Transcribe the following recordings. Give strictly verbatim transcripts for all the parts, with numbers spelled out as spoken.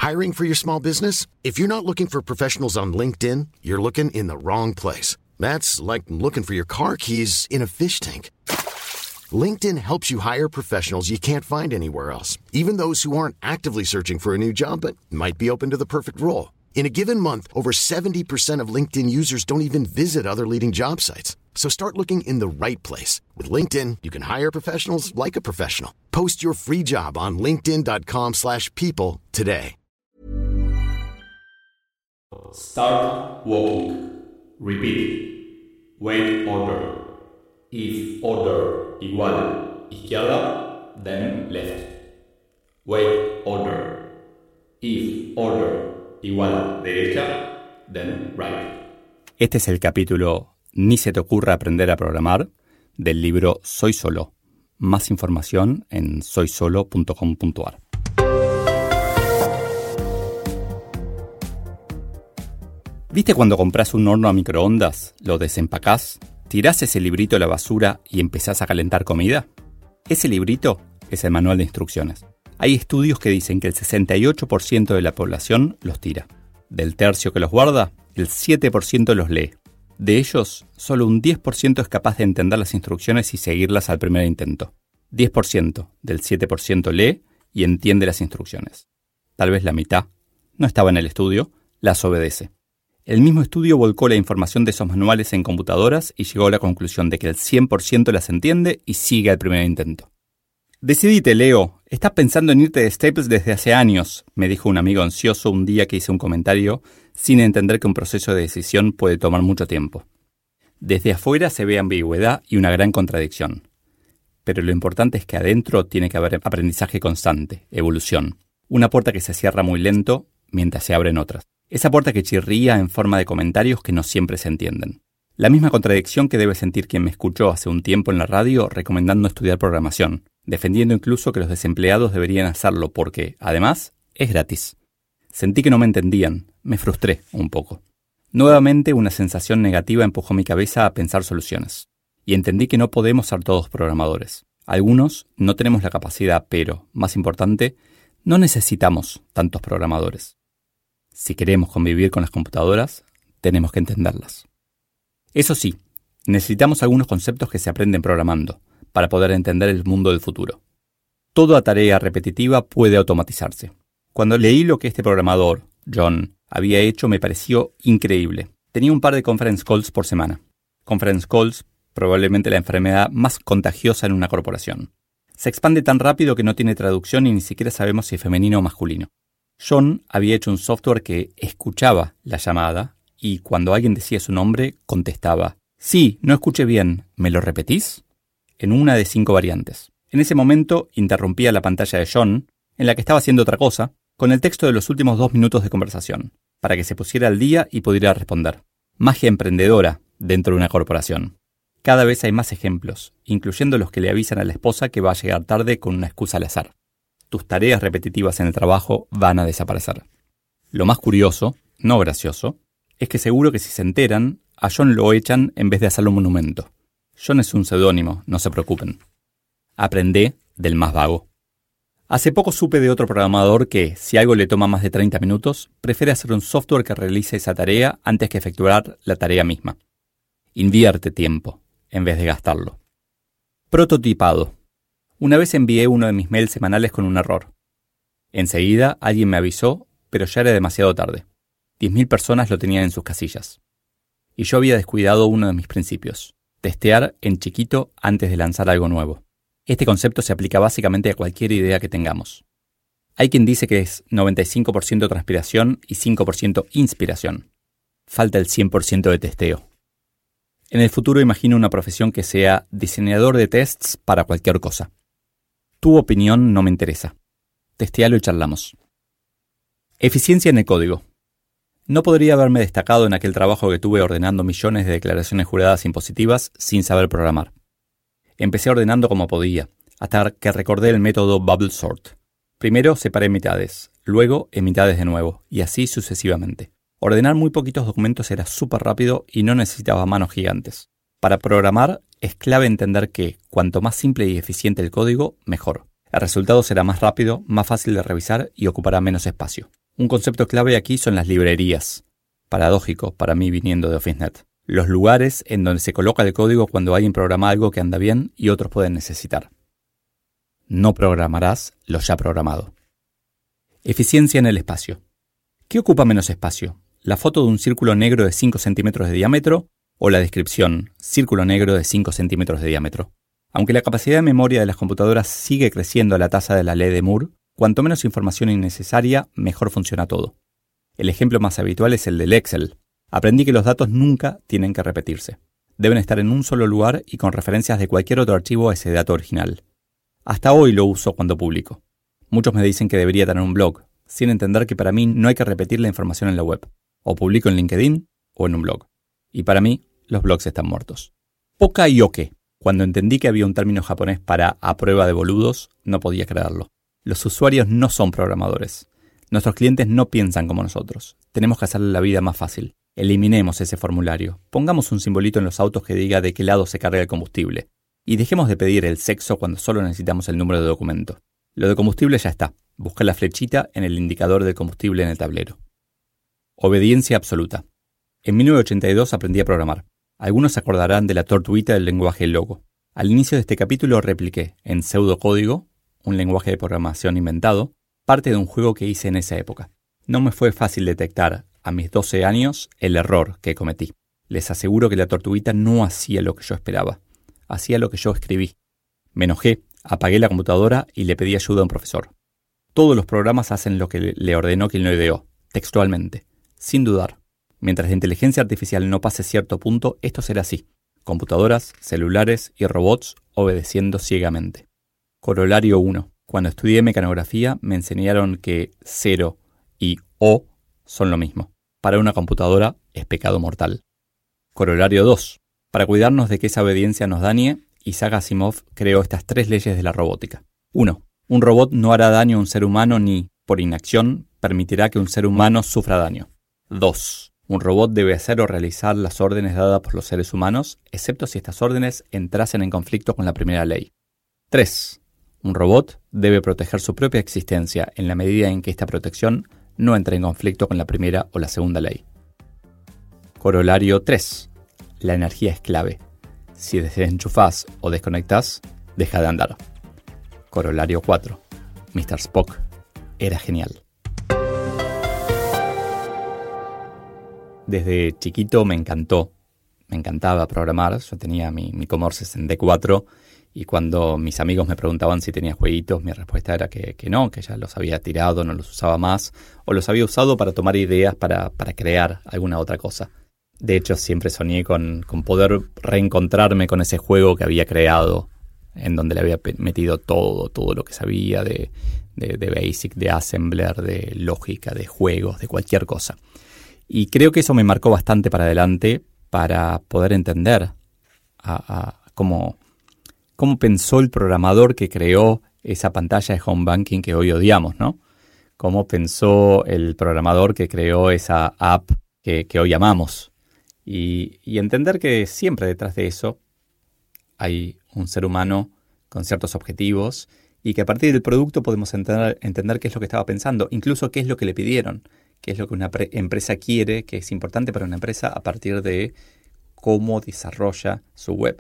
Hiring for your small business? If you're not looking for professionals on LinkedIn, you're looking in the wrong place. That's like looking for your car keys in a fish tank. LinkedIn helps you hire professionals you can't find anywhere else, even those who aren't actively searching for a new job but might be open to the perfect role. In a given month, over seventy percent of LinkedIn users don't even visit other leading job sites. So start looking in the right place. With LinkedIn, you can hire professionals like a professional. Post your free job on linkedin.com slash people today. Start walking. Repeat. Wait order. If order igual izquierda, then left. Wait order. If order igual derecha, then right. Este es el capítulo Ni se te ocurra aprender a programar del libro Soy Solo. Más información en soy solo punto com punto a r. ¿Viste cuando compras un horno a microondas, lo desempacás, tirás ese librito a la basura y empezás a calentar comida? Ese librito es el manual de instrucciones. Hay estudios que dicen que el sesenta y ocho por ciento de la población los tira. Del tercio que los guarda, el siete por ciento los lee. De ellos, solo un diez por ciento es capaz de entender las instrucciones y seguirlas al primer intento. diez por ciento del siete por ciento lee y entiende las instrucciones. Tal vez la mitad, no estaba en el estudio, las obedece. El mismo estudio volcó la información de esos manuales en computadoras y llegó a la conclusión de que el cien por ciento las entiende y sigue al primer intento. Decidite, Leo. Estás pensando en irte de Staples desde hace años, me dijo un amigo ansioso un día que hice un comentario sin entender que un proceso de decisión puede tomar mucho tiempo. Desde afuera se ve ambigüedad y una gran contradicción. Pero lo importante es que adentro tiene que haber aprendizaje constante, evolución. Una puerta que se cierra muy lento mientras se abren otras. Esa puerta que chirría en forma de comentarios que no siempre se entienden. La misma contradicción que debe sentir quien me escuchó hace un tiempo en la radio recomendando estudiar programación, defendiendo incluso que los desempleados deberían hacerlo porque, además, es gratis. Sentí que no me entendían, me frustré un poco. Nuevamente una sensación negativa empujó mi cabeza a pensar soluciones. Y entendí que no podemos ser todos programadores. Algunos no tenemos la capacidad, pero, más importante, no necesitamos tantos programadores. Si queremos convivir con las computadoras, tenemos que entenderlas. Eso sí, necesitamos algunos conceptos que se aprenden programando, para poder entender el mundo del futuro. Toda tarea repetitiva puede automatizarse. Cuando leí lo que este programador, John, había hecho me pareció increíble. Tenía un par de conference calls por semana. Conference calls, probablemente la enfermedad más contagiosa en una corporación. Se expande tan rápido que no tiene traducción y ni siquiera sabemos si es femenino o masculino. John había hecho un software que escuchaba la llamada y cuando alguien decía su nombre, contestaba: «Sí, no escuché bien, ¿me lo repetís?», en una de cinco variantes. En ese momento interrumpía la pantalla de John, en la que estaba haciendo otra cosa, con el texto de los últimos dos minutos de conversación, para que se pusiera al día y pudiera responder. Magia emprendedora dentro de una corporación. Cada vez hay más ejemplos, incluyendo los que le avisan a la esposa que va a llegar tarde con una excusa al azar. Tus tareas repetitivas en el trabajo van a desaparecer. Lo más curioso, no gracioso, es que seguro que si se enteran, a John lo echan en vez de hacerlo un monumento. John es un seudónimo, no se preocupen. Aprendé del más vago. Hace poco supe de otro programador que, si algo le toma más de treinta minutos, prefiere hacer un software que realice esa tarea antes que efectuar la tarea misma. Invierte tiempo, en vez de gastarlo. Prototipado. Una vez envié uno de mis mails semanales con un error. Enseguida alguien me avisó, pero ya era demasiado tarde. diez mil personas lo tenían en sus casillas. Y yo había descuidado uno de mis principios: testear en chiquito antes de lanzar algo nuevo. Este concepto se aplica básicamente a cualquier idea que tengamos. Hay quien dice que es noventa y cinco por ciento transpiración y cinco por ciento inspiración. Falta el cien por ciento de testeo. En el futuro imagino una profesión que sea diseñador de tests para cualquier cosa. Tu opinión no me interesa. Testealo y charlamos. Eficiencia en el código. No podría haberme destacado en aquel trabajo que tuve ordenando millones de declaraciones juradas impositivas sin saber programar. Empecé ordenando como podía, hasta que recordé el método Bubble Sort. Primero separé mitades, luego en mitades de nuevo, y así sucesivamente. Ordenar muy poquitos documentos era súper rápido y no necesitaba manos gigantes. Para programar es clave entender que cuanto más simple y eficiente el código, mejor. El resultado será más rápido, más fácil de revisar y ocupará menos espacio. Un concepto clave aquí son las librerías. Paradójico para mí viniendo de OfficeNet. Los lugares en donde se coloca el código cuando alguien programa algo que anda bien y otros pueden necesitar. No programarás lo ya programado. Eficiencia en el espacio. ¿Qué ocupa menos espacio? ¿La foto de un círculo negro de cinco centímetros de diámetro o la descripción círculo negro de cinco centímetros de diámetro? Aunque la capacidad de memoria de las computadoras sigue creciendo a la tasa de la ley de Moore, cuanto menos información innecesaria, mejor funciona todo. El ejemplo más habitual es el del Excel. Aprendí que los datos nunca tienen que repetirse. Deben estar en un solo lugar y con referencias de cualquier otro archivo a ese dato original. Hasta hoy lo uso cuando publico. Muchos me dicen que debería tener un blog, sin entender que para mí no hay que repetir la información en la web. O publico en LinkedIn o en un blog. Y para mí, los blogs están muertos. Poka-yoke. Cuando entendí que había un término japonés para a prueba de boludos, no podía creerlo. Los usuarios no son programadores. Nuestros clientes no piensan como nosotros. Tenemos que hacerle la vida más fácil. Eliminemos ese formulario. Pongamos un simbolito en los autos que diga de qué lado se carga el combustible. Y dejemos de pedir el sexo cuando solo necesitamos el número de documento. Lo de combustible ya está. Busca la flechita en el indicador del combustible en el tablero. Obediencia absoluta. En mil novecientos ochenta y dos aprendí a programar. Algunos se acordarán de la tortuguita del lenguaje Logo. Al inicio de este capítulo repliqué, en pseudocódigo, un lenguaje de programación inventado, parte de un juego que hice en esa época. No me fue fácil detectar, a mis doce años, el error que cometí. Les aseguro que la tortuguita no hacía lo que yo esperaba. Hacía lo que yo escribí. Me enojé, apagué la computadora y le pedí ayuda a un profesor. Todos los programas hacen lo que le ordenó quien lo ideó, textualmente, sin dudar. Mientras la inteligencia artificial no pase cierto punto, esto será así. Computadoras, celulares y robots obedeciendo ciegamente. Corolario uno. Cuando estudié mecanografía me enseñaron que cero y O son lo mismo. Para una computadora es pecado mortal. Corolario dos. Para cuidarnos de que esa obediencia nos dañe, Isaac Asimov creó estas tres leyes de la robótica. uno. Un robot no hará daño a un ser humano ni, por inacción, permitirá que un ser humano sufra daño. dos. Un robot debe hacer o realizar las órdenes dadas por los seres humanos, excepto si estas órdenes entrasen en conflicto con la primera ley. tres. Un robot debe proteger su propia existencia en la medida en que esta protección no entre en conflicto con la primera o la segunda ley. Corolario tres. La energía es clave. Si desenchufás o desconectás, deja de andar. Corolario cuatro. mister Spock era genial. Desde chiquito me encantó, me encantaba programar. Yo tenía mi, mi Commodore sesenta y cuatro y cuando mis amigos me preguntaban si tenía jueguitos, mi respuesta era que, que no, que ya los había tirado, no los usaba más, o los había usado para tomar ideas para, para crear alguna otra cosa. De hecho, siempre soñé con, con poder reencontrarme con ese juego que había creado, en donde le había metido todo, todo lo que sabía de, de, de Basic, de Assembler, de lógica, de juegos, de cualquier cosa. Y creo que eso me marcó bastante para adelante para poder entender a, a cómo, cómo pensó el programador que creó esa pantalla de home banking que hoy odiamos, ¿no? Cómo pensó el programador que creó esa app que, que hoy amamos. Y, y entender que siempre detrás de eso hay un ser humano con ciertos objetivos y que a partir del producto podemos entender, entender qué es lo que estaba pensando, incluso qué es lo que le pidieron. Qué es lo que una pre- empresa quiere, que es importante para una empresa a partir de cómo desarrolla su web.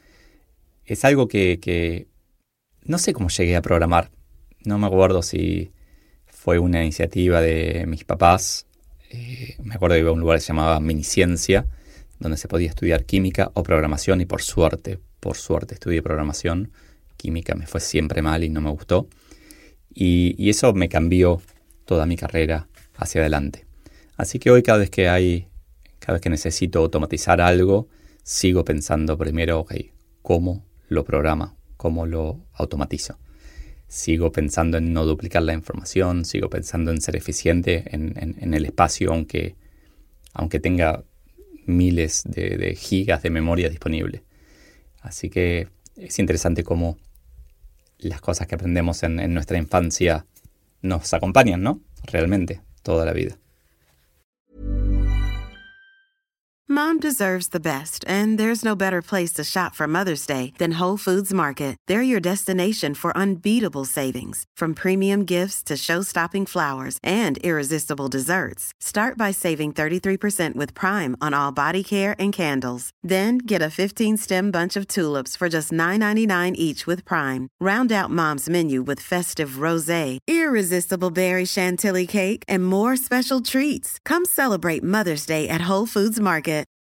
Es algo que, que no sé cómo llegué a programar. No me acuerdo si fue una iniciativa de mis papás. Eh, me acuerdo que iba a un lugar que se llamaba Miniciencia, donde se podía estudiar química o programación y por suerte, por suerte estudié programación. Química me fue siempre mal y no me gustó. Y, y eso me cambió toda mi carrera hacia adelante. Así que hoy cada vez que hay, cada vez que necesito automatizar algo, sigo pensando primero, ok, ¿cómo lo programa? ¿Cómo lo automatizo? Sigo pensando en no duplicar la información, sigo pensando en ser eficiente en, en, en el espacio, aunque, aunque tenga miles de, de gigas de memoria disponible. Así que es interesante cómo las cosas que aprendemos en, en nuestra infancia nos acompañan, ¿no? Realmente. Toda la vida. Mom deserves the best, and there's no better place to shop for Mother's Day than Whole Foods Market. They're your destination for unbeatable savings, from premium gifts to show-stopping flowers and irresistible desserts. Start by saving thirty-three percent with Prime on all body care and candles. Then get a fifteen-stem bunch of tulips for just nine ninety-nine each with Prime. Round out Mom's menu with festive rosé, irresistible berry chantilly cake, and more special treats. Come celebrate Mother's Day at Whole Foods Market.